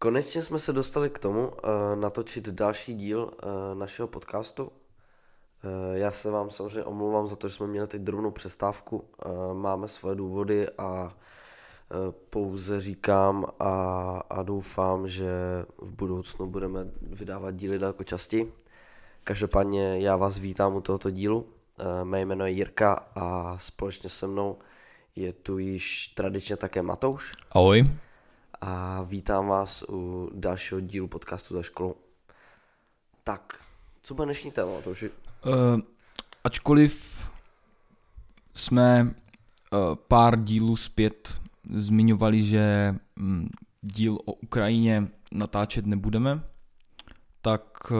Konečně jsme se dostali k tomu natočit další díl našeho podcastu. Já se vám samozřejmě omlouvám za to, že jsme měli teď drobnou přestávku. Máme svoje důvody a pouze říkám a doufám, že v budoucnu budeme vydávat díly daleko častěji. Každopádně já vás vítám u tohoto dílu. Mé jméno je Jirka a společně se mnou je tu již tradičně také Matouš. Ahoj. A vítám vás u dalšího dílu podcastu Za školou. Tak, co bude dnešní téma, Matouši? Ačkoliv jsme pár dílů zpět zmiňovali, že díl o Ukrajině natáčet nebudeme, tak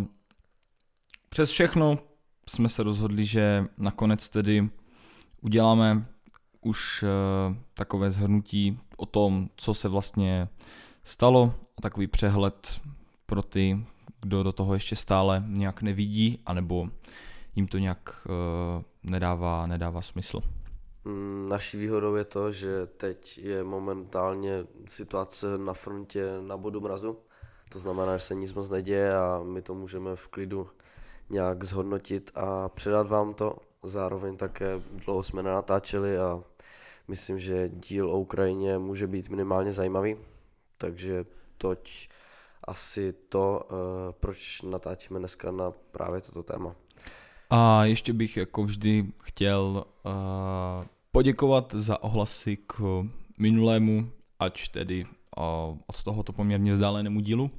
přes všechno jsme se rozhodli, že nakonec tedy uděláme už takové shrnutí o tom, co se vlastně stalo, a takový přehled pro ty, kdo do toho ještě stále nějak nevidí, anebo jim to nějak nedává smysl. Naší výhodou je to, že teď je momentálně situace na frontě na bodu mrazu. To znamená, že se nic moc neděje a my to můžeme v klidu nějak zhodnotit a předat vám to. Zároveň také dlouho jsme nenatáčeli a myslím, že díl o Ukrajině může být minimálně zajímavý. Takže toť asi to, proč natáčíme dneska na právě toto téma. A ještě bych jako vždy chtěl poděkovat za ohlasy k minulému, ač tedy od tohoto poměrně vzdálenému dílu.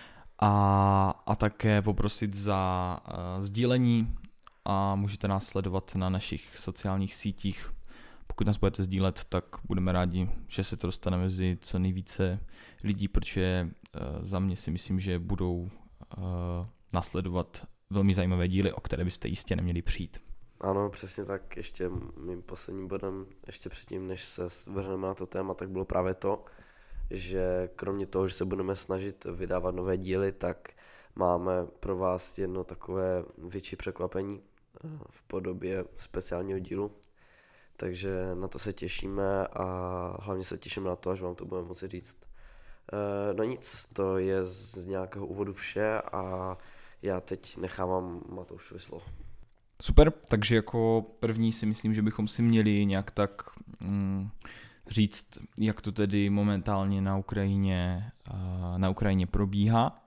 A také poprosit za sdílení a můžete nás sledovat na našich sociálních sítích. Pokud nás budete sdílet, tak budeme rádi, že se to dostane mezi co nejvíce lidí, protože za mě si myslím, že budou následovat velmi zajímavé díly, o které byste jistě neměli přijít. Ano, přesně tak. Ještě mým posledním bodem, ještě předtím, než se vrhneme na to téma, tak bylo právě to, že kromě toho, že se budeme snažit vydávat nové díly, tak máme pro vás jedno takové větší překvapení v podobě speciálního dílu. Takže na to se těšíme a hlavně se těšíme na to, až vám to budeme moci říct. No nic, to je z nějakého úvodu vše a já teď nechávám Matoušovi slovo. Super, takže jako první si myslím, že bychom si měli nějak tak říct, jak to tedy momentálně na Ukrajině probíhá.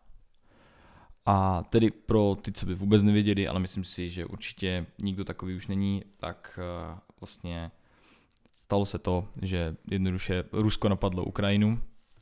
A tedy pro ty, co by vůbec nevěděli, ale myslím si, že určitě nikdo takový už není, tak vlastně stalo se to, že jednoduše Rusko napadlo Ukrajinu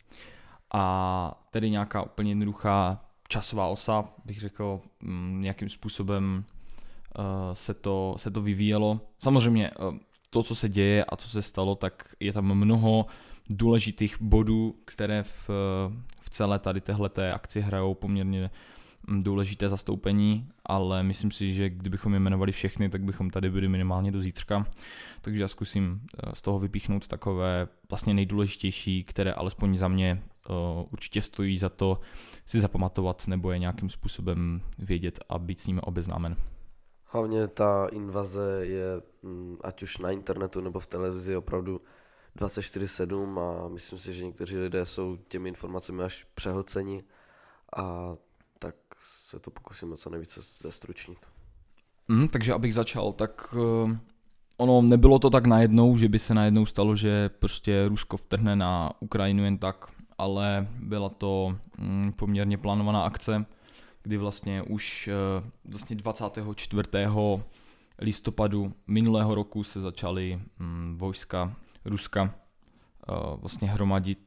a tedy nějaká úplně jednoduchá časová osa, bych řekl, nějakým způsobem se to vyvíjelo. Samozřejmě to, co se děje a co se stalo, tak je tam mnoho důležitých bodů, které v celé tady téhleté akci hrajou poměrně důležité zastoupení, ale myslím si, že kdybychom je jmenovali všechny, tak bychom tady byli minimálně do zítřka. Takže já zkusím z toho vypíchnout takové vlastně nejdůležitější, které alespoň za mě určitě stojí za to si zapamatovat nebo je nějakým způsobem vědět a být s nimi obeznámen. Hlavně ta invaze je ať už na internetu nebo v televizi opravdu 24/7 a myslím si, že někteří lidé jsou těmi informacemi až přehlceni a tak se to pokusíme co nejvíce zestručnit. Takže abych začal, tak ono nebylo to tak najednou, že by se najednou stalo, že prostě Rusko vtrhne na Ukrajinu jen tak, ale byla to poměrně plánovaná akce, kdy vlastně už 24. listopadu minulého roku se začaly vojska Ruska vlastně hromadit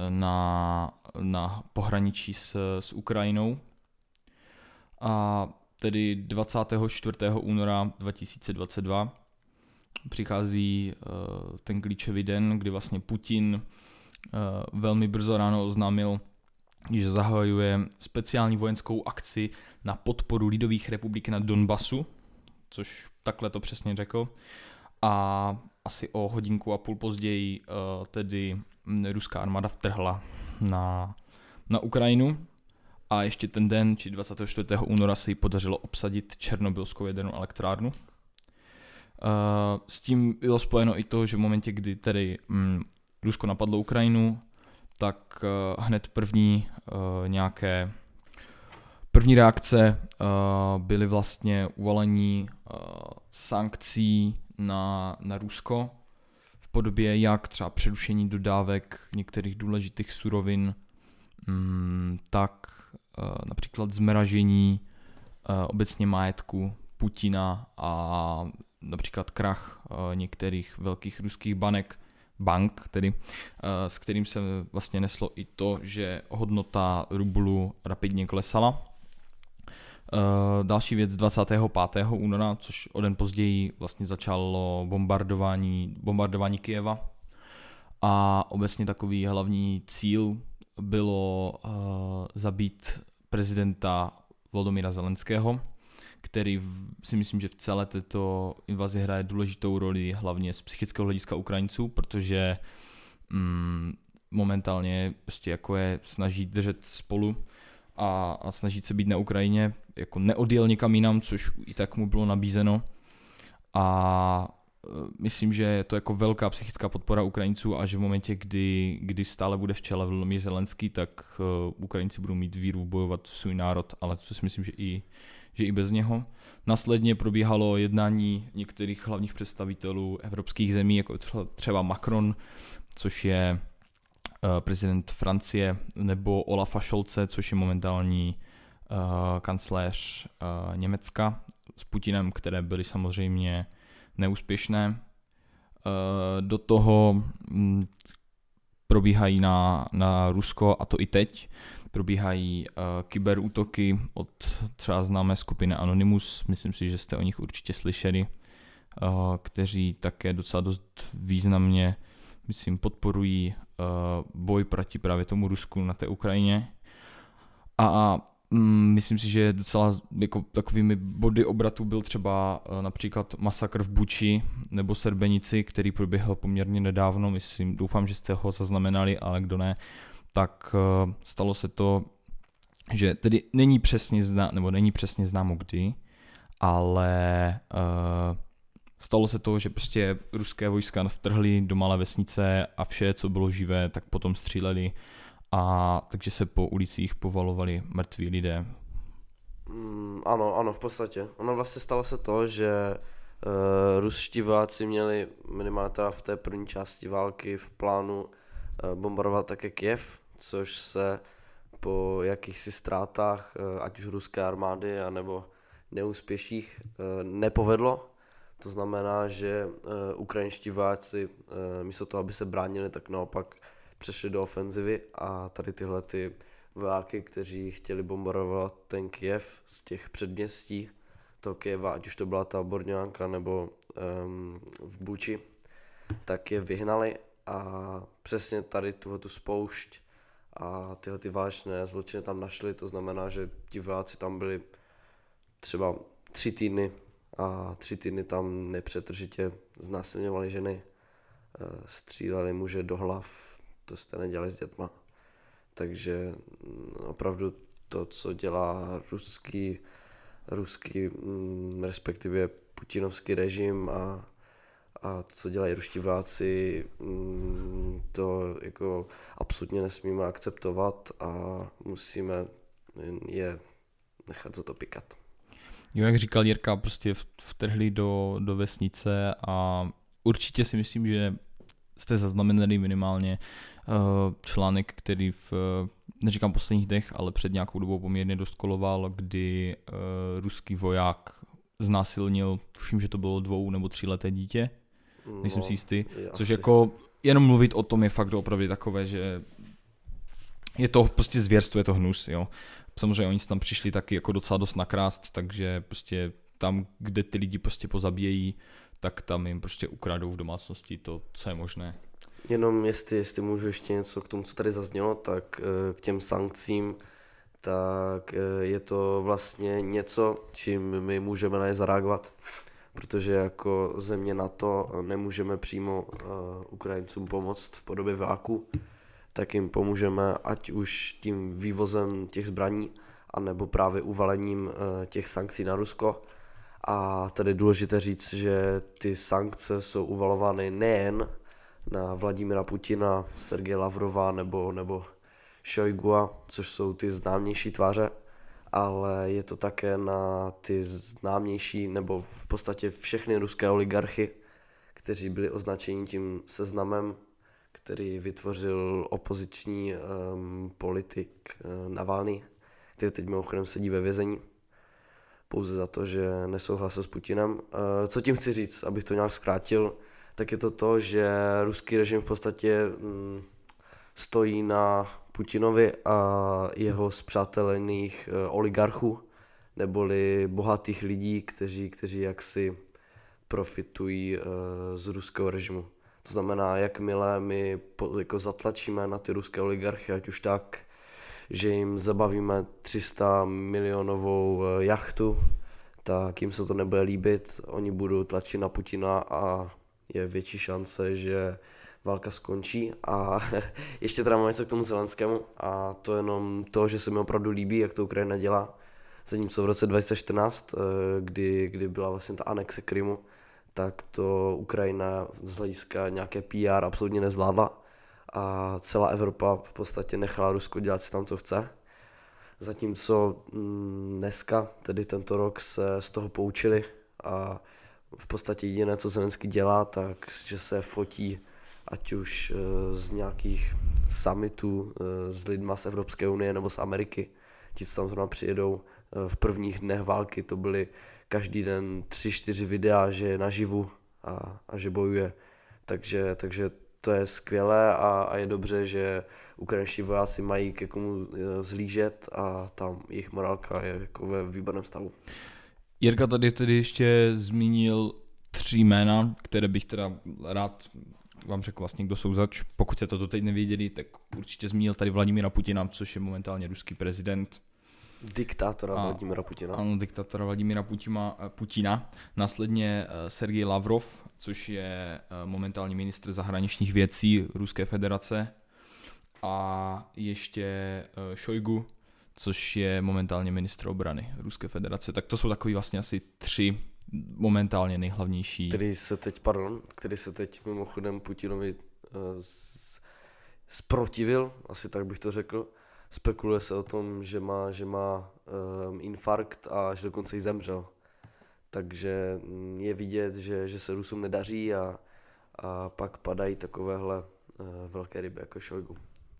na pohraničí s Ukrajinou. A tedy 24. února 2022 přichází ten klíčový den, kdy vlastně Putin velmi brzo ráno oznámil, že zahajuje speciální vojenskou akci na podporu lidových republik na Donbasu, což takhle to přesně řekl. A asi o hodinku a půl později tedy ruská armáda vtrhla na Ukrajinu. A ještě ten den, či 24. února, se jí podařilo obsadit Černobylskou jadernou elektrárnu. S tím bylo spojeno i to, že v momentě, kdy tedy Rusko napadlo Ukrajinu, tak hned první reakce byly vlastně uvalení sankcí na Rusko v podobě jak třeba přerušení dodávek některých důležitých surovin, tak například zmražení obecně majetku Putina a například krach některých velkých ruských bank, s kterým se vlastně neslo i to, že hodnota rublu rapidně klesala. Další věc 25. února, což o den později vlastně začalo bombardování Kyjeva a obecně takový hlavní cíl bylo zabít prezidenta Volodymyra Zelenského, který si myslím, že v celé této invazi hraje důležitou roli hlavně z psychického hlediska Ukrajinců, protože momentálně prostě jako je snaží držet spolu a snažit se být na Ukrajině, jako neodjel nikam jinam, což i tak mu bylo nabízeno a myslím, že je to jako velká psychická podpora Ukrajinců a že v momentě, kdy stále bude v čele Volodymyr Zelenský, tak Ukrajinci budou mít víru bojovat svůj národ, ale to si myslím, že i bez něho. Následně probíhalo jednání některých hlavních představitelů evropských zemí, jako třeba Macron, což je prezident Francie, nebo Olafa Scholze, což je momentální kancléř Německa, s Putinem, které byly samozřejmě neúspěšné. Do toho probíhají na Rusko, a to i teď, probíhají kyberútoky od třeba známé skupiny Anonymous, myslím si, že jste o nich určitě slyšeli, kteří také docela dost významně, myslím, podporují boj proti právě tomu Rusku na té Ukrajině. A myslím si, že docela jako takovými body obratu byl třeba například masakr v Buči nebo Srebrenici, který proběhl poměrně nedávno, doufám, že jste ho zaznamenali, ale kdo ne, tak stalo se to, že tedy není přesně známo kdy, ale stalo se to, že prostě ruské vojska vtrhly do malé vesnice a vše, co bylo živé, tak potom stříleli a takže se po ulicích povalovali mrtví lidé. Ano, v podstatě. Ono vlastně stalo se to, že ruští vojáci měli minimálně teda v té první části války v plánu bombardovat také Kyjev, což se po jakýchsi ztrátách, ať už ruské armády, anebo neúspěších, nepovedlo. To znamená, že ukrajinští vojáci místo toho, aby se bránili, tak naopak přešli do ofenzivy a tady tyhle ty vojáky, kteří chtěli bombardovat ten Kyjev z těch předměstí toho Kyjeva, ať už to byla ta Borňánka nebo v Buči, tak je vyhnali a přesně tady tuhletu spoušť a tyhle ty válečné zločiny tam našli, to znamená, že ti vojáci tam byli třeba 3 týdny a 3 týdny tam nepřetržitě znásilňovali ženy, stříleli muže do hlav, to jste nedělali s dětma. Takže opravdu to, co dělá ruský respektive putinovský režim a co dělají ruští vojáci, to jako absolutně nesmíme akceptovat a musíme je nechat za to pikat. Jo, jak říkal Jirka, prostě vtrhli do vesnice a určitě si myslím, že jste zaznamenali minimálně článek, který neříkám posledních dnech, ale před nějakou dobou poměrně dost koloval, kdy ruský voják znásilnil, tuším, že to bylo 2- nebo 3leté dítě, nejsem si jistý, což jako jenom mluvit o tom je fakt opravdu takové, že je to prostě zvěrstvo, je to hnus, jo. Samozřejmě oni tam přišli taky jako docela dost nakrást, takže prostě tam, kde ty lidi prostě pozabíjejí, tak tam jim prostě ukradou v domácnosti to, co je možné. Jenom jestli můžu ještě něco k tomu, co tady zaznělo, tak k těm sankcím, tak je to vlastně něco, čím my můžeme na ně zareagovat, protože jako země NATO nemůžeme přímo Ukrajincům pomoct v podobě vojáků, tak jim pomůžeme ať už tím vývozem těch zbraní, anebo právě uvalením těch sankcí na Rusko. A tady je důležité říct, že ty sankce jsou uvalovány nejen na Vladimira Putina, Sergeje Lavrova nebo Šojgua, což jsou ty známější tváře, ale je to také na ty známější nebo v podstatě všechny ruské oligarchy, kteří byli označeni tím seznamem, který vytvořil opoziční politik Navalny, který teď mimochodem sedí ve vězení pouze za to, že nesouhlasil s Putinem. Co tím chci říct, abych to nějak zkrátil, tak je to, že ruský režim v podstatě stojí na Putinovi a jeho spřátelených oligarchů, neboli bohatých lidí, kteří jaksi profitují z ruského režimu. To znamená, jakmile my jako zatlačíme na ty ruské oligarchy, ať už tak, že jim zabavíme 300 milionovou jachtu, tak jim se to nebude líbit, oni budou tlačit na Putina a je větší šance, že válka skončí. A ještě teda mám něco k tomu Zelenskému a to jenom to, že se mi opravdu líbí, jak to Ukrajina dělá. Zatímco v roce 2014, kdy byla vlastně ta anexe Krymu, tak to Ukrajina z hlediska nějaké PR absolutně nezvládla a celá Evropa v podstatě nechala Rusko dělat si tam, co chce. Zatímco dneska, tedy tento rok, se z toho poučili a v podstatě jediné, co Zelenský dělá, tak že se fotí ať už z nějakých summitů s lidma z Evropské unie nebo z Ameriky. Ti, co tam zrovna přijedou v prvních dnech války, to byly každý den 3-4 videa, že je naživu a že bojuje. Takže to je skvělé a je dobře, že ukrajinští vojáci mají ke komu zlížet a tam jejich morálka je jako ve výborném stavu. Jirka tady tedy ještě zmínil 3 jména, které bych teda rád vám řekl vlastně, kdo jsou zač. Pokud se to doteď nevěděli, tak určitě zmínil tady Vladimira Putina, což je momentálně ruský prezident. Diktátora Vladimira Putina. Ano, diktátora Vladimira Putina. Následně Sergej Lavrov, což je momentální ministr zahraničních věcí Ruské federace. A ještě Šojgu, což je momentálně ministr obrany Ruské federace. Tak to jsou takový vlastně asi 3 momentálně nejhlavnější. Který se teď mimochodem Putinovi zprotivil, asi tak bych to řekl. Spekuluje se o tom, že má infarkt a že dokonce i zemřel. Takže je vidět, že se Rusům nedaří a pak padají takovéhle velké ryby jako Šojgu.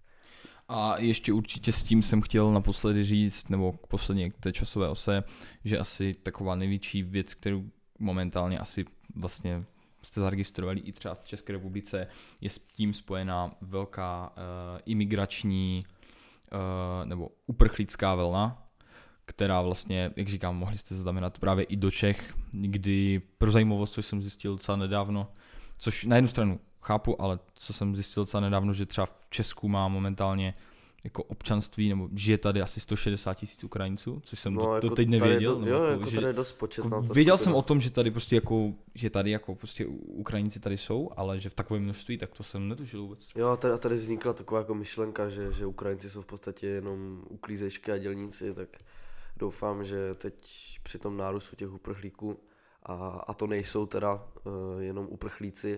A ještě určitě s tím jsem chtěl naposledy říct, nebo k poslední k té časové ose, že asi taková největší věc, kterou momentálně asi vlastně jste zaregistrovali i třeba v České republice, je s tím spojená velká imigrační nebo uprchlická vlna, která vlastně, jak říkám, mohli jste zaznamenat právě i do Čech, kdy pro zajímavost, což jsem zjistil docela nedávno, což na jednu stranu chápu, ale co jsem zjistil docela nedávno, že třeba v Česku má momentálně jako občanství, nebo žije tady asi 160 000 Ukrajinců, což jsem to teď nevěděl. Tady je dost počet. Věděl jsem o tom, že tady prostě že tady jako prostě Ukrajinci tady jsou, ale že v takovém množství, tak to jsem netušil vůbec. Jo, a tady vznikla taková jako myšlenka, že Ukrajinci jsou v podstatě jenom uklízečky a dělníci, tak doufám, že teď při tom nárůstu těch uprchlíků a to nejsou teda jenom uprchlíci,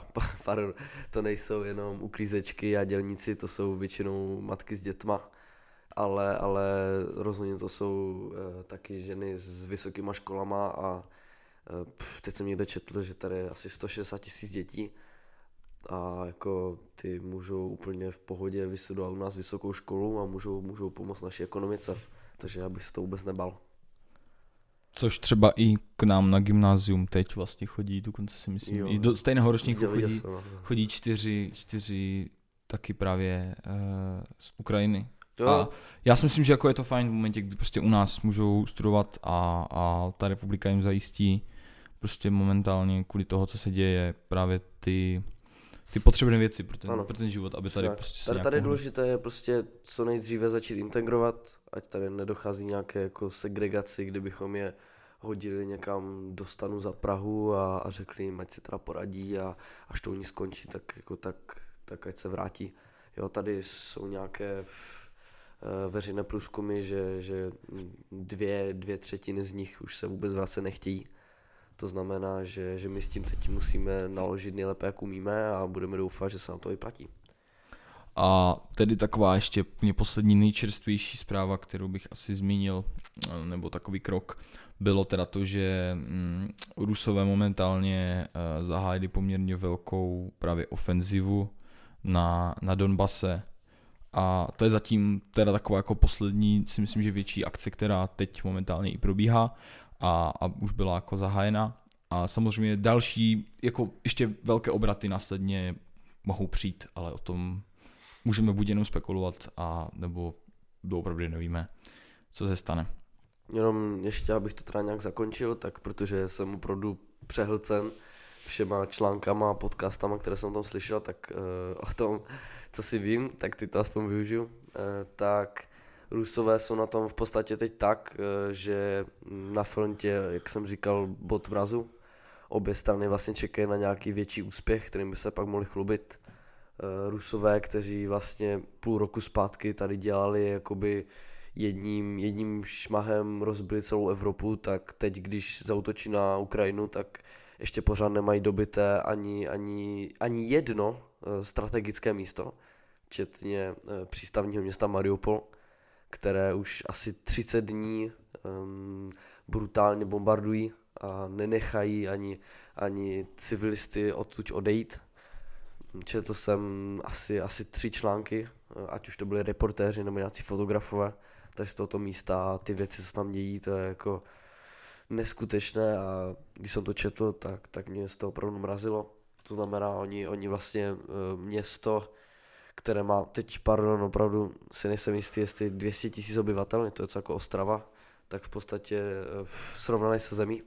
to nejsou jenom uklízečky a dělníci, to jsou většinou matky s dětma, ale rozhodně to jsou taky ženy s vysokýma školama a teď jsem někde četl, že tady je asi 160 000 dětí a jako ty můžou úplně v pohodě vystudovat u nás vysokou školu a můžou pomoct naší ekonomice, takže já bych se to vůbec nebal. Což třeba i k nám na gymnázium teď vlastně chodí, dokonce si myslím, jo, i do stejného ročníku chodí 4 taky právě z Ukrajiny. Jo. A já si myslím, že jako je to fajn v momentě, kdy prostě u nás můžou studovat a ta republika jim zajistí prostě momentálně kvůli toho, co se děje, právě ty potřebné věci pro ten život, aby tady prostě Tady důležité je prostě co nejdříve začít integrovat, ať tady nedochází nějaké jako segregaci, kdybychom je hodili někam do stanu za Prahu a řekli jim, ať si teda poradí a až to u ní skončí, tak ať se vrátí. Jo, tady jsou nějaké veřejné průzkumy, že 2/3 z nich už se vůbec vracet nechtějí, To znamená, že my s tím teď musíme naložit nejlépe, jak umíme a budeme doufat, že se nám to vyplatí. A tedy taková ještě mě poslední nejčerstvější zpráva, kterou bych asi zmínil, nebo takový krok, bylo teda to, že Rusové momentálně zahájili poměrně velkou právě ofenzivu na Donbase. A to je zatím teda taková jako poslední, si myslím, že větší akce, která teď momentálně i probíhá a už byla jako zahájena. A samozřejmě další, jako ještě velké obraty následně mohou přijít, ale o tom můžeme buď jenom spekulovat, a nebo doopravdy nevíme, co se stane. Jenom ještě, abych to teda nějak zakončil, tak protože jsem opravdu přehlcen všema článkama a podcastama, které jsem tam slyšel, tak o tom, co si vím, tak ty to aspoň využiju. Tak Rusové jsou na tom v podstatě teď tak, že na frontě, jak jsem říkal, bod mrazu. Obě strany vlastně čekají na nějaký větší úspěch, kterým by se pak mohli chlubit. Rusové, kteří vlastně půl roku zpátky tady dělali jakoby jedním šmahem rozbili celou Evropu, tak teď, když zaútočí na Ukrajinu, tak ještě pořád nemají dobyté ani jedno strategické místo, včetně přístavního města Mariupol, které už asi 30 dní brutálně bombardují a nenechají ani civilisty odtud odejít. Četl jsem asi 3 články, ať už to byly reportéři nebo nějací fotografové, tak z tohoto místa ty věci, co se tam dějí, to je jako neskutečné a když jsem to četl, tak mě z toho opravdu mrazilo. To znamená, oni vlastně město, které má teď, opravdu si nejsem jistý, jestli 200 000 obyvatel, je to něco jako Ostrava, tak v podstatě srovnaný se zemí.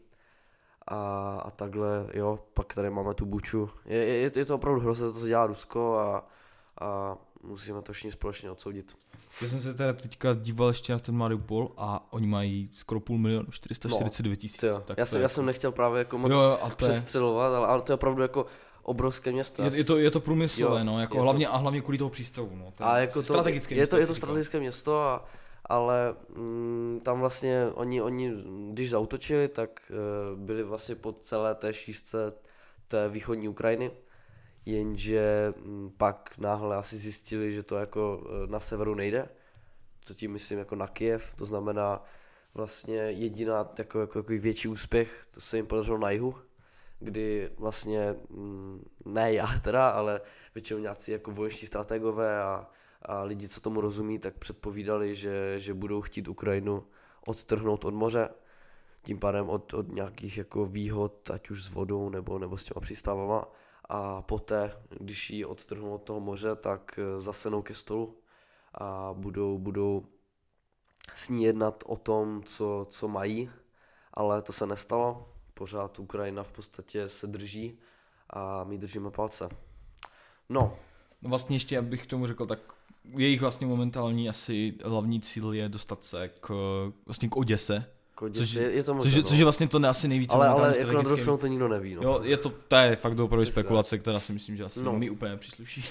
A takhle, jo, pak tady máme tu Buču. Je to opravdu hrozné, to, co dělá Rusko a musíme to všichni společně odsoudit. Já jsem se teda teďka díval ještě na ten Mariupol a oni mají skoro 500 000, 449 000. Já jsem nechtěl právě jako moc přestřelovat, ale to je opravdu jako obrovské město. Je to průmyslové, no, jako hlavně kvůli toho přístavu, no. A jako strategické město. Je to strategické město, ale tam vlastně oni když zaútočili, tak byli vlastně po celé té šířce té východní Ukrajiny, jenže pak náhle asi zjistili, že to jako na severu nejde, co tím myslím jako na Kyjev, to znamená vlastně jediná jako větší úspěch, to se jim podařilo na jihu, kdy vlastně, ne já teda, ale většinou nějací jako vojenští strategové a lidi, co tomu rozumí, tak předpovídali, že budou chtít Ukrajinu odtrhnout od moře, tím pádem od nějakých jako výhod, ať už s vodou nebo s těma přístavama. A poté, když ji odtrhnou od toho moře, tak zasenou ke stolu a budou s ní jednat o tom, co mají, ale to se nestalo. Pořád Ukrajina v podstatě se drží a my držíme palce. No vlastně ještě, abych k tomu řekl, tak jejich vlastně momentální asi hlavní cíl je dostat se k Oděse. Což je vlastně to asi nejvíce ale jako na druhou stranu to nikdo neví. No. Jo, to je fakt opravdu spekulace, která si myslím, že asi mi úplně přísluší.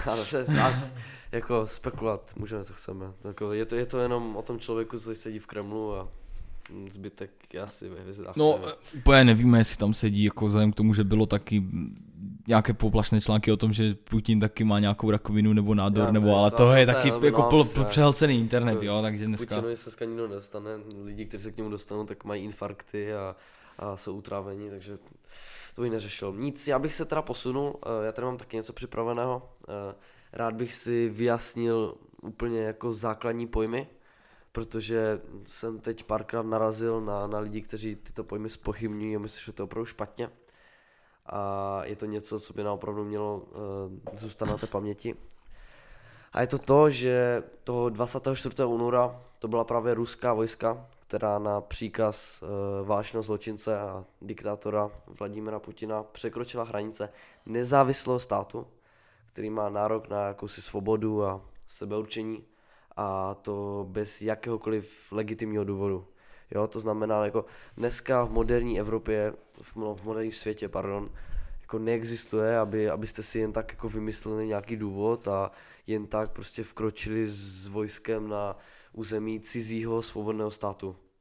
Jako spekulovat můžeme, co chceme. Jako je to jenom o tom člověku, co sedí v Kremlu a zbytek asi ve hvězdách. No, úplně nevíme, jestli tam sedí, jako vzhledem k tomu, že bylo taky nějaké poplašné články o tom, že Putin taky má nějakou rakovinu nebo nádor, ale to je taky jako přehlcený internet, jo, takže dneska. Putinovi se dneska nikdo nedostane, lidi, kteří se k němu dostanou, tak mají infarkty a jsou utrávení, takže to bych neřešil. Nic, já bych se teda posunul, já tady mám taky něco připraveného, rád bych si vyjasnil úplně jako základní pojmy, protože jsem teď párkrát narazil na lidi, kteří tyto pojmy zpochybňují a myslím, že to je opravdu špatně. A je to něco, co by nám opravdu mělo zůstat na té paměti. A je to, že toho 24. února to byla právě ruská vojska, která na příkaz válečného zločince a diktátora Vladimira Putina překročila hranice nezávislého státu, který má nárok na jakousi svobodu a sebeurčení, a to bez jakéhokoliv legitimního důvodu. Jo, to znamená, jako dneska v moderní Evropě, v moderním světě, jako neexistuje, abyste si jen tak jako vymysleli nějaký důvod a jen tak prostě vkročili s vojskem na území cizího svobodného státu.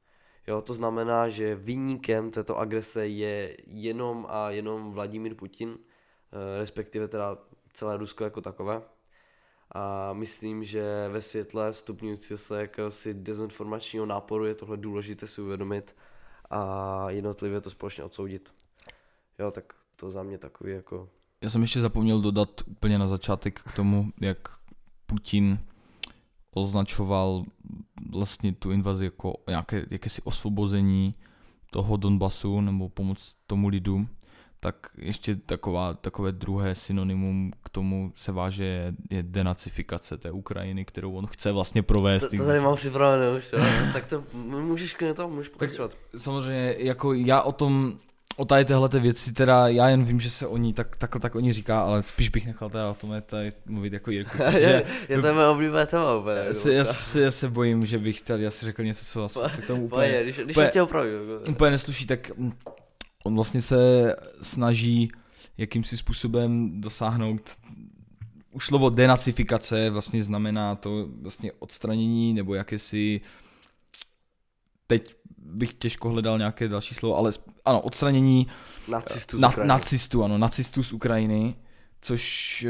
Jo, to znamená, že viníkem této agrese je jenom a jenom Vladimír Putin, respektive teda celé Rusko jako takové. A myslím, že ve světle stupňujícího se jakéhosi dezinformačního náporu je tohle důležité si uvědomit a jednotlivě to společně odsoudit. Jo, tak to za mě takový jako... Já jsem ještě zapomněl dodat úplně na začátek k tomu, jak Putin označoval vlastně tu invazi jako jakési osvobození toho Donbasu nebo pomoc tomu lidu, tak ještě takové druhé synonymum k tomu se váže je denacifikace té Ukrajiny, kterou on chce vlastně provést. To tady mám připravené už, tak to můžeš pokračovat. Samozřejmě jako já o tady téhleté věci teda, já jen vím, že se o ní tak oni říká, ale spíš bych nechal teda o tom tady mluvit jako Jirku, protože... je to moje oblíbené téma úplně. Já se bojím, že bych tady asi řekl něco, co asi k tomu úplně... Když tě opravdu. Úplně nesluší, tak on vlastně se snaží jakýmsi způsobem dosáhnout, už slovo denacifikace vlastně znamená to vlastně odstranění nebo jakési, teď bych těžko hledal nějaké další slovo, ale ano, odstranění nacistů z Ukrajiny, což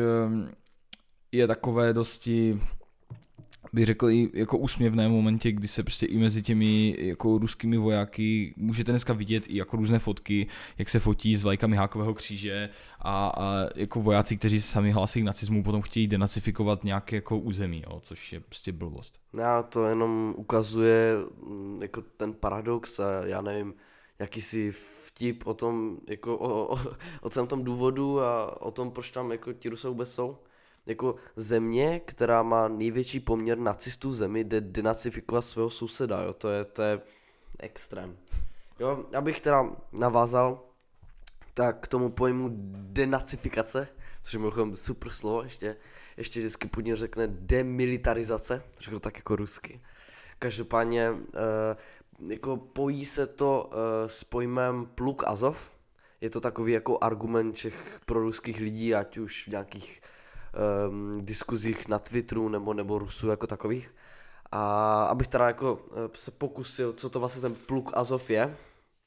je takové dosti, bych řekl, i jako úsměvné v momentě, kdy se prostě i mezi těmi jako ruskými vojáky můžete dneska vidět i jako různé fotky, jak se fotí s vlajkami Hákového kříže a jako vojáci, kteří se sami hlásí k nacismu, potom chtějí denacifikovat nějaké jako území, jo, což je prostě blbost. Já to jenom ukazuje jako ten paradox a já nevím, jakýsi vtip o tom, jako o celém tom důvodu a o tom, proč tam jako ti Rusové vůbec jsou. Jako země, která má největší poměr nacistů v zemi, jde denacifikovat svého souseda, jo, to je extrém. Jo, abych teda navázal tak k tomu pojmu denacifikace, což je mimochodem super slovo, ještě vždycky Putin řekne demilitarizace, řekl tak jako rusky. Každopádně jako pojí se to s pojmem pluk Azov, je to takový jako argument všech proruských lidí, ať už v nějakých diskuzích na Twitteru nebo Rusů jako takových. A abych teda jako se pokusil, co to vlastně ten pluk Azov je,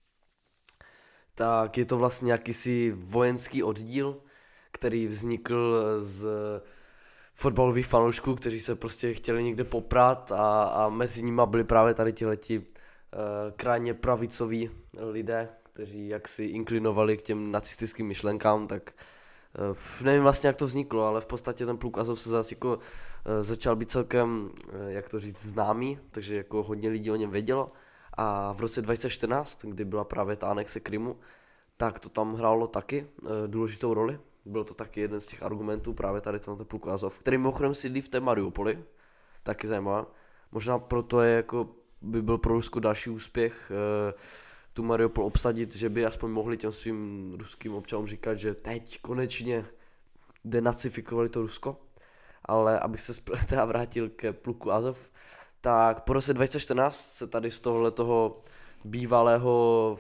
tak je to vlastně jakýsi vojenský oddíl, který vznikl z fotbalových fanoušků, kteří se prostě chtěli někde poprat a mezi nimi byli právě tady tihleti krajně pravicoví lidé, kteří jaksi inklinovali k těm nacistickým myšlenkám, tak nevím vlastně, jak to vzniklo, ale v podstatě ten pluk Azov se zase jako začal být celkem, jak to říct, známý, takže jako hodně lidí o něm vědělo a v roce 2014, kdy byla právě ta anexe Krymu, tak to tam hrálo taky důležitou roli. Byl to taky jeden z těch argumentů právě tady tenhle pluk Azov, který mimochodem sídlí v té Mariupoli, taky zajímavé. Možná proto je jako by byl pro Rusko další úspěch tu Mariupol obsadit, že by aspoň mohli těm svým ruským občanům říkat, že teď konečně denacifikovali to Rusko. Ale abych se teda vrátil ke pluku Azov, tak po roce 2014 se tady z tohohletoho bývalého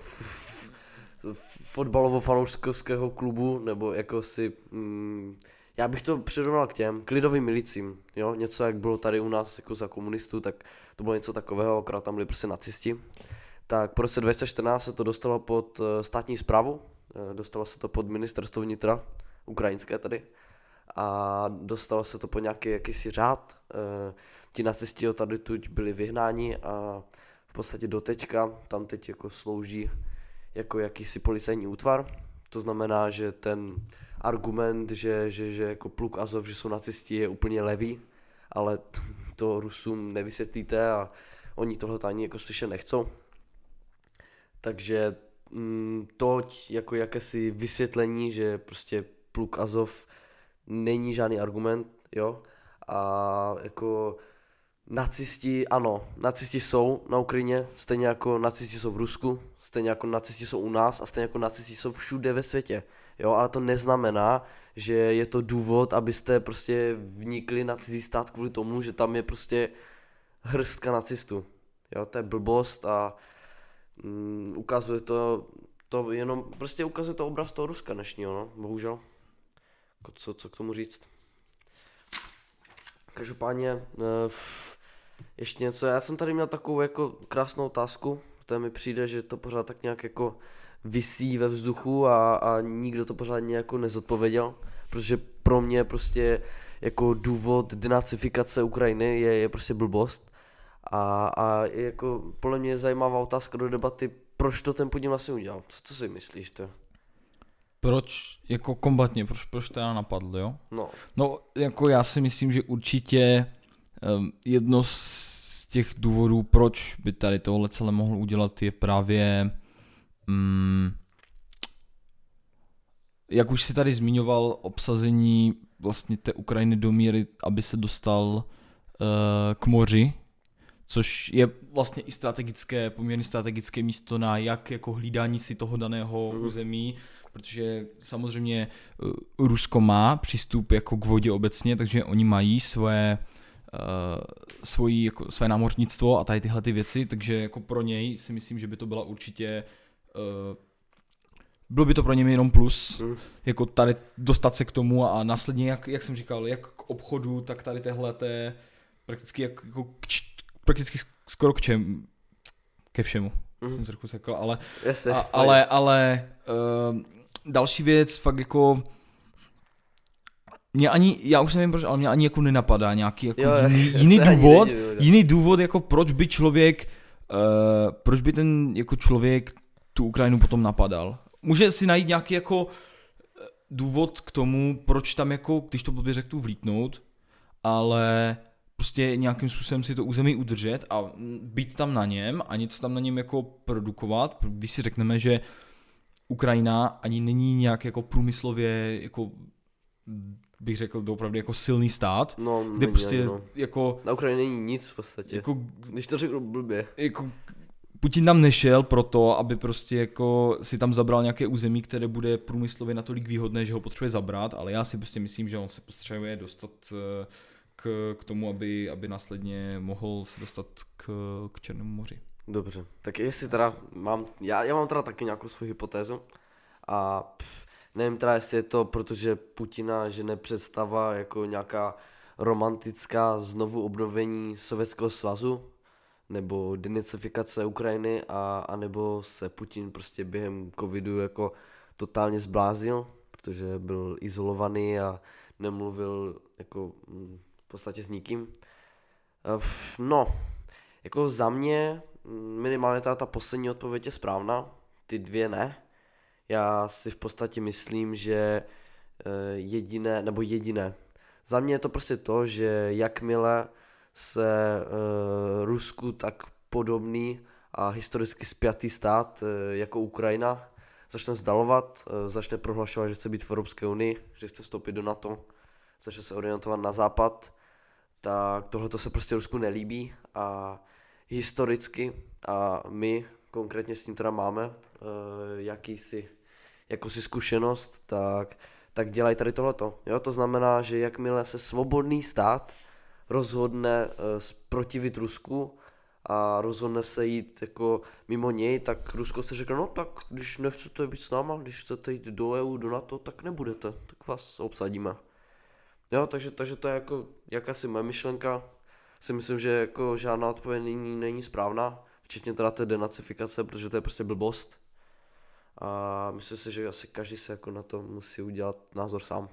fotbalovo-fanouškovského klubu, nebo jako si, já bych to přirovnal k lidovým milicím, jo, něco jak bylo tady u nás jako za komunistů, tak to bylo něco takového, akorát tam byli prostě nacisti. Tak po roce 2014 se to dostalo pod státní správu, dostalo se to pod ministerstvo vnitra, ukrajinské tady, a dostalo se to pod nějaký jakýsi řád. Ti nacisti od tady tuď byli vyhnáni a v podstatě doteďka tam teď jako slouží jako jakýsi policejní útvar. To znamená, že ten argument, že jako pluk Azov, že jsou nacisti, je úplně levý, ale to Rusům nevysvětlíte a oni tohle ani jako slyšet nechcou. Takže toť jako jakési vysvětlení, že prostě pluk Azov není žádný argument, jo, a jako nacisti, ano, nacisti jsou na Ukrajině, stejně jako nacisti jsou v Rusku, stejně jako nacisti jsou u nás a stejně jako nacisti jsou všude ve světě, jo, ale to neznamená, že je to důvod, abyste prostě vnikli na cizí stát kvůli tomu, že tam je prostě hrstka nacistů, jo, to je blbost a ukazuje to jenom, prostě ukazuje to obraz toho Ruska dnešního, no, bohužel. Co k tomu říct? Každopádně ještě něco, já jsem tady měl takovou jako krásnou otázku, to mi přijde, že to pořád tak nějak jako visí ve vzduchu a nikdo to pořádně jako nezodpověděl, protože pro mě prostě jako důvod denacifikace Ukrajiny je prostě blbost a jako podle mě je zajímavá otázka do debaty, proč to ten Putin vlastně udělal, co si myslíš to? Proč, jako kombatně, proč to napadlo, jo? No, jako já si myslím, že určitě jedno z těch důvodů, proč by tady tohle celé mohl udělat, je právě jak už si tady zmiňoval, obsazení vlastně té Ukrajiny do míry, aby se dostal k moři, což je vlastně i poměrně strategické místo na jak jako hlídání si toho daného území, protože samozřejmě Rusko má přístup jako k vodě obecně, takže oni mají své námořnictvo a tady tyhle ty věci, takže jako pro něj si myslím, že by to byla určitě bylo by to pro něj jenom plus, jako tady dostat se k tomu a následně, jak jsem říkal, jak k obchodu, tak tady téhleté prakticky jako prakticky skoro ke všemu, jsem se řekl, ale další věc, fakt jako já už nevím proč, ale mě ani jako nenapadá nějaký jako jiný důvod, jako proč by ten jako člověk tu Ukrajinu potom napadal. Může si najít nějaký jako důvod k tomu, proč tam jako, když to blbě řeknu, vlítnout, ale prostě nějakým způsobem si to území udržet a být tam na něm a něco tam na něm jako produkovat, když si řekneme, že Ukrajina ani není nějak jako průmyslově jako bych řekl opravdu jako silný stát, kde prostě jako na Ukrajině není nic v podstatě. Jako, když to řeknu blbě. Jako Putin tam nešel proto, aby prostě jako si tam zabral nějaké území, které bude průmyslově natolik výhodné, že ho potřebuje zabrat, ale já si prostě myslím, že on se potřebuje dostat k tomu, aby následně mohl se dostat k Černému moři. Dobře, tak jestli teda já mám teda taky nějakou svou hypotézu a nevím teda, jestli je to, protože Putina žene představa jako nějaká romantická znovu obnovení Sovětského svazu, nebo denacifikace Ukrajiny, a nebo se Putin prostě během covidu jako totálně zbláznil, protože byl izolovaný a nemluvil jako v podstatě s nikým. No, jako za mě minimálně ta poslední odpověď je správná, ty dvě ne. Já si v podstatě myslím, že jediné. Za mě je to prostě to, že jakmile se Rusku tak podobný a historicky spjatý stát jako Ukrajina začne vzdalovat, začne prohlašovat, že chce být v Evropské unii, že chce vstoupit do NATO, začne se orientovat na západ, tak tohle se prostě Rusku nelíbí a historicky a my konkrétně s tím teda máme jakousi zkušenost, tak dělají tady tohleto. Jo? To znamená, že jakmile se svobodný stát rozhodne protivit Rusku a rozhodne se jít jako mimo něj, tak Rusko si řekne, no tak když nechcete být s náma, když chcete jít do EU, do NATO, tak nebudete, tak vás obsadíme. Jo, takže to je jako jakási moje myšlenka. Si myslím, že jako žádná odpověď není správná, včetně teda té denacifikace, protože to je prostě blbost. A myslím si, že asi každý se jako na to musí udělat názor sám.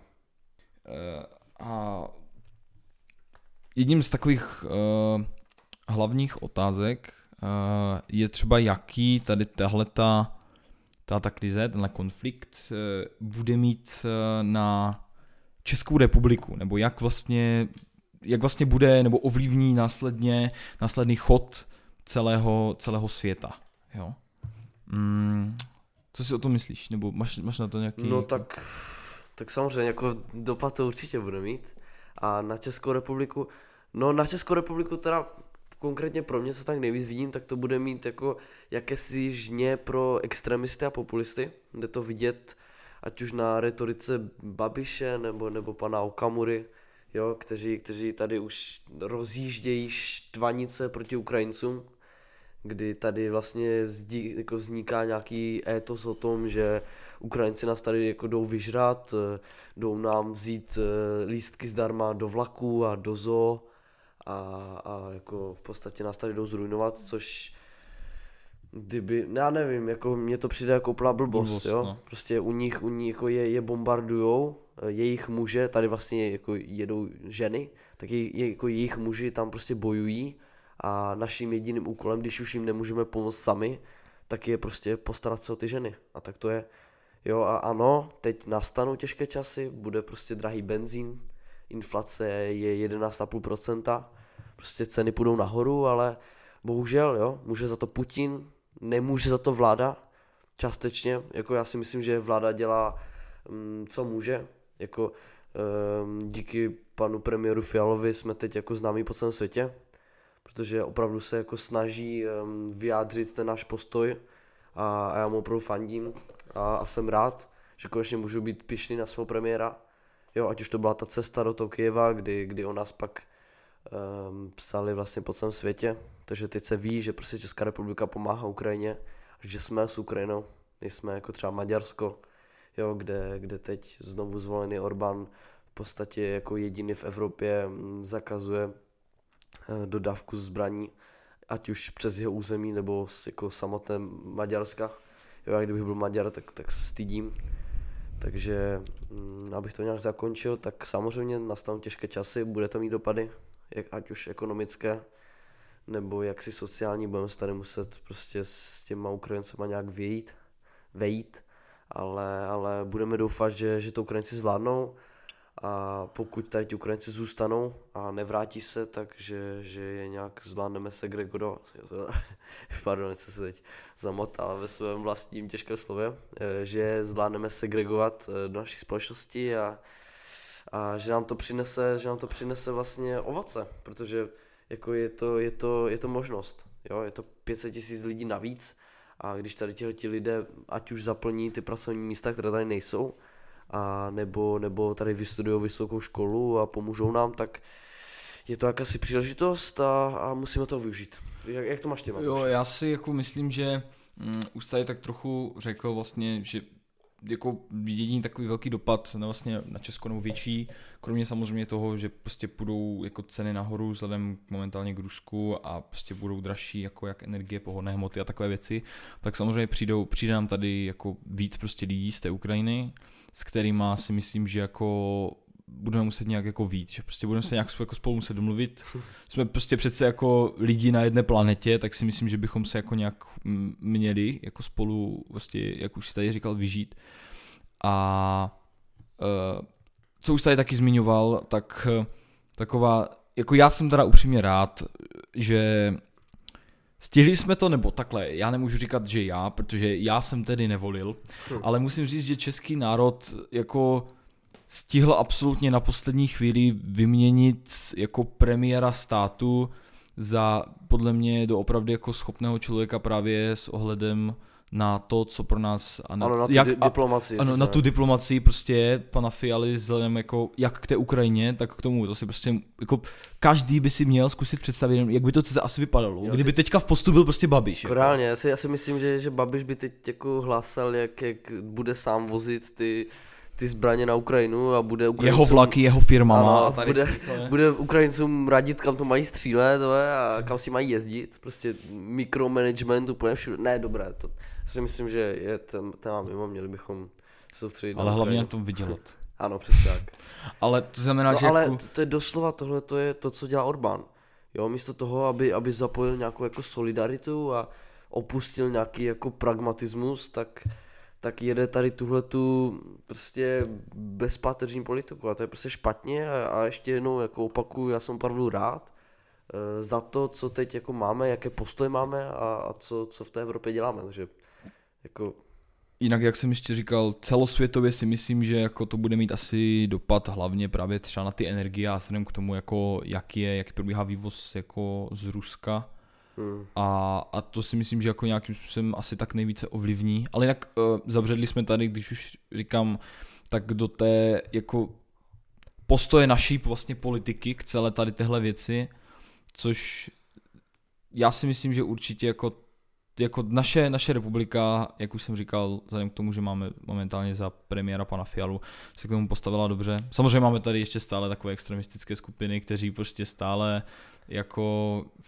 A jedním z takových hlavních otázek je třeba, jaký tady tato krize, tenhle konflikt bude mít na Českou republiku, nebo jak vlastně bude, nebo ovlivní následný chod celého světa. Jo? Co si o tom myslíš? Nebo máš na to nějaký... No tak samozřejmě jako dopad to určitě bude mít. A na Českou republiku teda konkrétně pro mě, co tak nejvíc vidím, tak to bude mít jako jakési žně pro extremisty a populisty, kde to vidět ať už na retorice Babiše nebo pana Okamury, jo, kteří tady už rozjíždějí štvanice proti Ukrajincům, kdy tady vlastně vzniká nějaký étos o tom, že Ukrajinci nás tady jako jdou vyžrat, jdou nám vzít lístky zdarma do vlaku a do zoo a jako v podstatě nás tady jdou zrujnovat, což já nevím, jako mně to přijde jako úplná blbost, jo. No. Prostě u nich jako je bombardujou, jejich muže, tady vlastně jako jedou ženy, tak jako jejich muži tam prostě bojují a naším jediným úkolem, když už jim nemůžeme pomoct sami, tak je prostě postarat se o ty ženy. A tak to je. Jo a ano, teď nastanou těžké časy, bude prostě drahý benzín, inflace je 11,5%, prostě ceny půjdou nahoru, ale bohužel, jo, může za to Putin, nemůže za to vláda, částečně, jako já si myslím, že vláda dělá, co může, jako díky panu premiéru Fialovi jsme teď jako známí po celém světě, protože opravdu se jako snaží vyjádřit ten náš postoj a já mu opravdu fandím a jsem rád, že konečně můžu být pyšný na svého premiéra, jo, ať už to byla ta cesta do toho Kyjeva, kdy o nás pak psali vlastně po celém světě, takže teď se ví, že prostě Česká republika pomáhá Ukrajině, že jsme s Ukrajinou, nejsme jako třeba Maďarsko, jo, kde teď znovu zvolený Orbán v podstatě jako jediný v Evropě zakazuje dodávku zbraní, ať už přes jeho území nebo jako samotné Maďarska. Jo, já kdybych byl Maďar, tak se stydím. Takže abych to nějak zakončil, tak samozřejmě nastanou těžké časy, bude to mít dopady, ať už ekonomické, nebo jaksi sociální, budeme se tady muset prostě s těma Ukrajincema nějak vejít, ale budeme doufat, že to Ukrajinci zvládnou a pokud tady ti Ukrajinci zůstanou a nevrátí se, takže že je nějak zvládneme segregovat. Pardon, co se teď zamotal ve svém vlastním těžkém slově, že zvládneme segregovat do naší společnosti a že nám to přinese vlastně ovoce, protože jako je to možnost, jo, je to 500 000 lidí navíc a když tady ti lidé ať už zaplní ty pracovní místa, které tady nejsou, a nebo tady vystudují vysokou školu a pomůžou nám, tak je to jakási příležitost a musíme to využít. Jak to máš ty? Jo, já si jako myslím, že už tady tak trochu řekl vlastně, že jako jediný takový velký dopad vlastně na Česko nebo větší, kromě samozřejmě toho, že prostě půjdou jako ceny nahoru vzhledem momentálně k Rusku a prostě budou dražší jako jak energie, pohonné hmoty a takové věci, tak samozřejmě přijde nám tady jako víc prostě lidí z té Ukrajiny, s kterýma si myslím, že jako budeme muset nějak jako víc, že prostě budeme se nějak jako spolu muset domluvit. Jsme prostě přece jako lidi na jedné planetě, tak si myslím, že bychom se jako nějak měli jako spolu vlastně, jak už jsi tady říkal, vyžít. A co už tady taky zmiňoval, tak taková, jako já jsem teda upřímně rád, že stihli jsme to, nebo takhle, já nemůžu říkat, že já, protože já jsem tedy nevolil, ale musím říct, že český národ jako stihl absolutně na poslední chvíli vyměnit jako premiéra státu za podle mě doopravdy jako schopného člověka právě s ohledem na to, co pro nás a na diplomacii. Ano, na tu diplomacii prostě pana Fialy vzhledem jako jak k té Ukrajině, tak k tomu. To si prostě jako každý by si měl zkusit představit, jak by to asi vypadalo, jo, kdyby teďka v postu byl prostě Babiš. Jako. Reálně, já si myslím, že Babiš by teď jako hlásal, jak bude sám vozit ty zbraně na Ukrajinu a bude Ukrajincům... Jeho vlaky, jeho firma má. Bude Ukrajincům radit, kam to mají střílet a kam si mají jezdit. Prostě mikromanagement úplně všude. Ne, dobré, to si myslím, že je téma mimo, měli bychom se soustředit na ale Ukrajinu. hlavně na tom vydělat. Ano, přesně tak. Ale to znamená, že ale jako... to je doslova, tohle to je to, co dělá Orbán. Jo, místo toho, aby zapojil nějakou jako solidaritu a opustil nějaký jako pragmatismus, tak jede tady tuhletu prostě bezpáteřní politiku a to je prostě špatně a ještě jednou jako opakuju, já jsem opravdu rád za to, co teď jako máme, jaké postoje máme a co v té Evropě děláme, takže jako... Jinak, jak jsem ještě říkal, celosvětově si myslím, že jako to bude mít asi dopad hlavně právě třeba na ty energie a vzhledem k tomu, jako jaký probíhá vývoz jako z Ruska. A to si myslím, že jako nějakým způsobem asi tak nejvíce ovlivní. Ale jinak zabředli jsme tady, když už říkám, tak do té jako postoje naší vlastně politiky k celé tady téhle věci, což já si myslím, že určitě jako naše republika, jak už jsem říkal, vzhledem k tomu, že máme momentálně za premiéra pana Fialu, se k tomu postavila dobře. Samozřejmě máme tady ještě stále takové extremistické skupiny, kteří prostě stále jako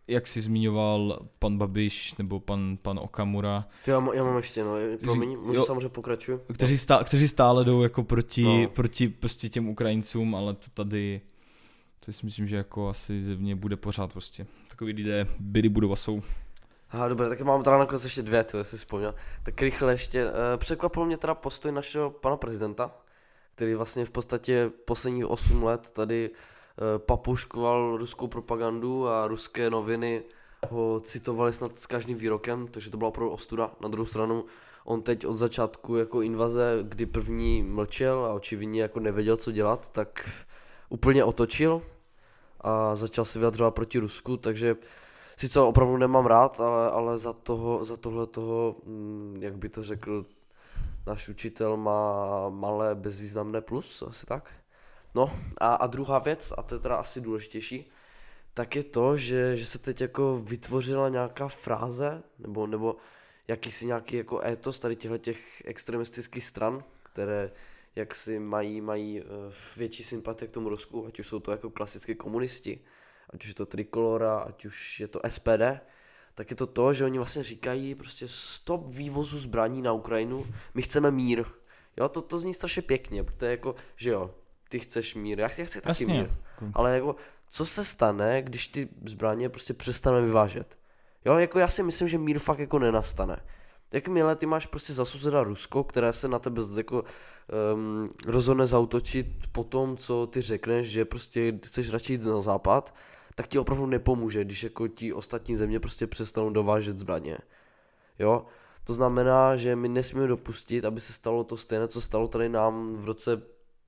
jak jsi zmiňoval pan Babiš nebo pan Okamura. Já mám ještě, promiň, můžu samozřejmě pokračuju. Kteří stále jdou jako proti prostě těm Ukrajincům, ale to tady, to si myslím, že jako asi zevně bude pořád prostě. Takový lidé byli, budou a jsou. Aha, dobré, tak mám teda nakonec ještě dvě, jestli vzpomněl. Tak rychle ještě, překvapil mě teda postoj našeho pana prezidenta, který vlastně v podstatě posledních 8 let tady papuškoval ruskou propagandu a ruské noviny ho citovali snad s každým výrokem, takže to byla opravdu ostuda. Na druhou stranu on teď od začátku jako invaze, kdy první mlčel a očividně jako nevěděl, co dělat, tak úplně otočil a začal se vyjadřovat proti Rusku, takže sice opravdu nemám rád, ale za tohle toho, jak by to řekl náš učitel, má malé bezvýznamné plus, asi tak. No a druhá věc, a to je teda asi důležitější, tak je to, že se teď jako vytvořila nějaká fráze, nebo jakýsi nějaký jako étos tady těch extremistických stran, které jaksi mají větší sympatie k tomu Rusku, ať už jsou to jako klasické komunisti, ať už je to Trikolora, ať už je to SPD, tak je to, že oni vlastně říkají prostě stop vývozu zbraní na Ukrajinu, my chceme mír. Jo, to zní strašně pěkně, protože jako, že jo, ty chceš mír, já chci taky mír, ale jako, co se stane, když ty zbraně prostě přestaneme vyvážet? Jo, jako já si myslím, že mír fakt jako nenastane. Jakmile ty máš prostě za souseda Rusko, které se na tebe jako rozhodne zaútočit po tom, co ty řekneš, že prostě chceš radši jít na západ, tak ti opravdu nepomůže, když jako ti ostatní země prostě přestanou dovážet zbraně. Jo? To znamená, že my nesmíme dopustit, aby se stalo to stejné, co stalo tady nám v roce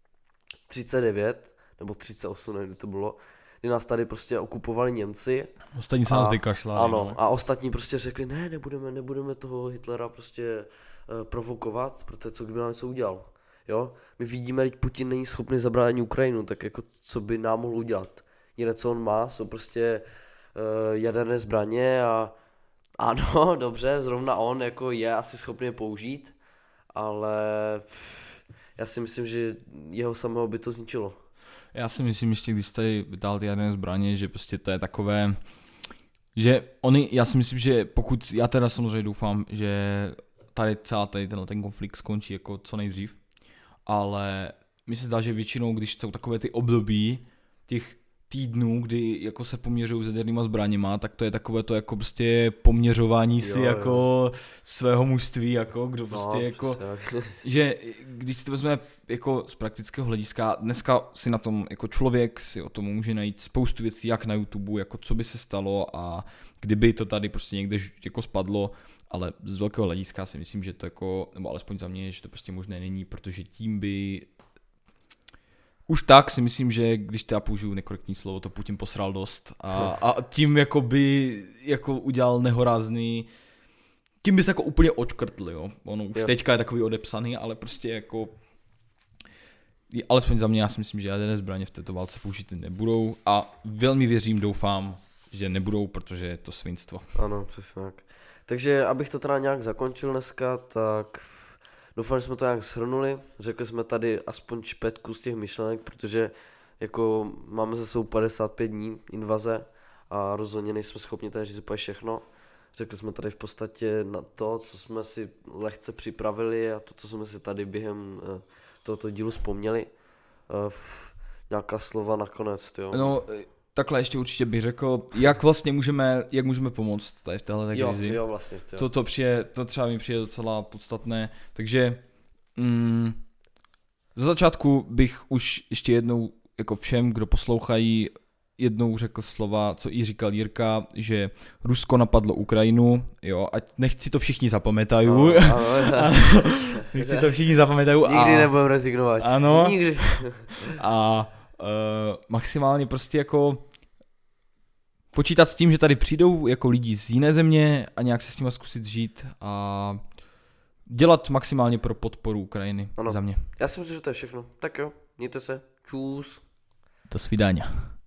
39, nebo 38, nevím, kdy to bylo, kdy nás tady prostě okupovali Němci. Ostatní se nás vykašlali. Ano, no. A ostatní prostě řekli, ne, nebudeme toho Hitlera prostě provokovat, protože co kdyby nám něco udělal. Jo? My vidíme, že Putin není schopný zabránit Ukrajinu, tak jako co by nám mohl udělat. Jediné, co on má, jsou prostě jaderné zbraně a ano, dobře, zrovna on jako je asi schopný je použít, ale já si myslím, že jeho samého by to zničilo. Já si myslím ještě, když tady vytáhl ty jaderné zbraně, že prostě to je takové, že já si myslím, že pokud, já teda samozřejmě doufám, že tady ten konflikt skončí jako co nejdřív, ale mi se zdá, že většinou, když jsou takové ty období těch týdnů, kdy jako se poměřují s jadernýma zbraněma, tak to je takové to jako prostě poměřování si jako svého mužství, jako kdo prostě jako, že když si to vezme jako z praktického hlediska, dneska si na tom jako člověk si o tom může najít spoustu věcí, jak na YouTube, jako co by se stalo a kdyby to tady prostě někde jako spadlo, ale z velkého hlediska si myslím, že to jako, nebo alespoň za mě, že to prostě možné není, protože tím by už tak si myslím, že když já použiju nekorektní slovo, to Putin posral dost a tím jako by jako udělal nehorázný, tím by se jako úplně odškrtl, jo. Ono už teďka je takový odepsaný, ale prostě jako, alespoň za mě, já si myslím, že jaderné zbraně v této válce použity nebudou a velmi věřím, doufám, že nebudou, protože je to svinstvo. Ano, přesně tak. Takže abych to teda nějak zakončil dneska, tak doufám, že jsme to nějak shrnuli, řekli jsme tady aspoň špetku z těch myšlenek, protože jako máme za sebou 55 dní invaze a rozhodně nejsme schopni tady říct úplně všechno. Řekli jsme tady v podstatě na to, co jsme si lehce připravili a to, co jsme si tady během tohoto dílu vzpomněli. Nějaká slova nakonec, jo. No, takhle ještě určitě bych řekl, jak vlastně můžeme pomoct tady v téhle krizi. Jo, vlastně. To třeba mi přijde docela podstatné, takže za začátku bych už ještě jednou jako všem, kdo poslouchají, jednou řekl slova, co i říkal Jirka, že Rusko napadlo Ukrajinu, jo, ať nechci to všichni zapamatají. Nechci to všichni zapamatají. Nikdy nebudeme rezignovat. Ano. Nikdy. A maximálně prostě jako počítat s tím, že tady přijdou jako lidi z jiné země a nějak se s nimi zkusit žít a dělat maximálně pro podporu Ukrajiny za mě. Já si myslím, že to je všechno. Tak jo, mějte se. Čus. Do svidania.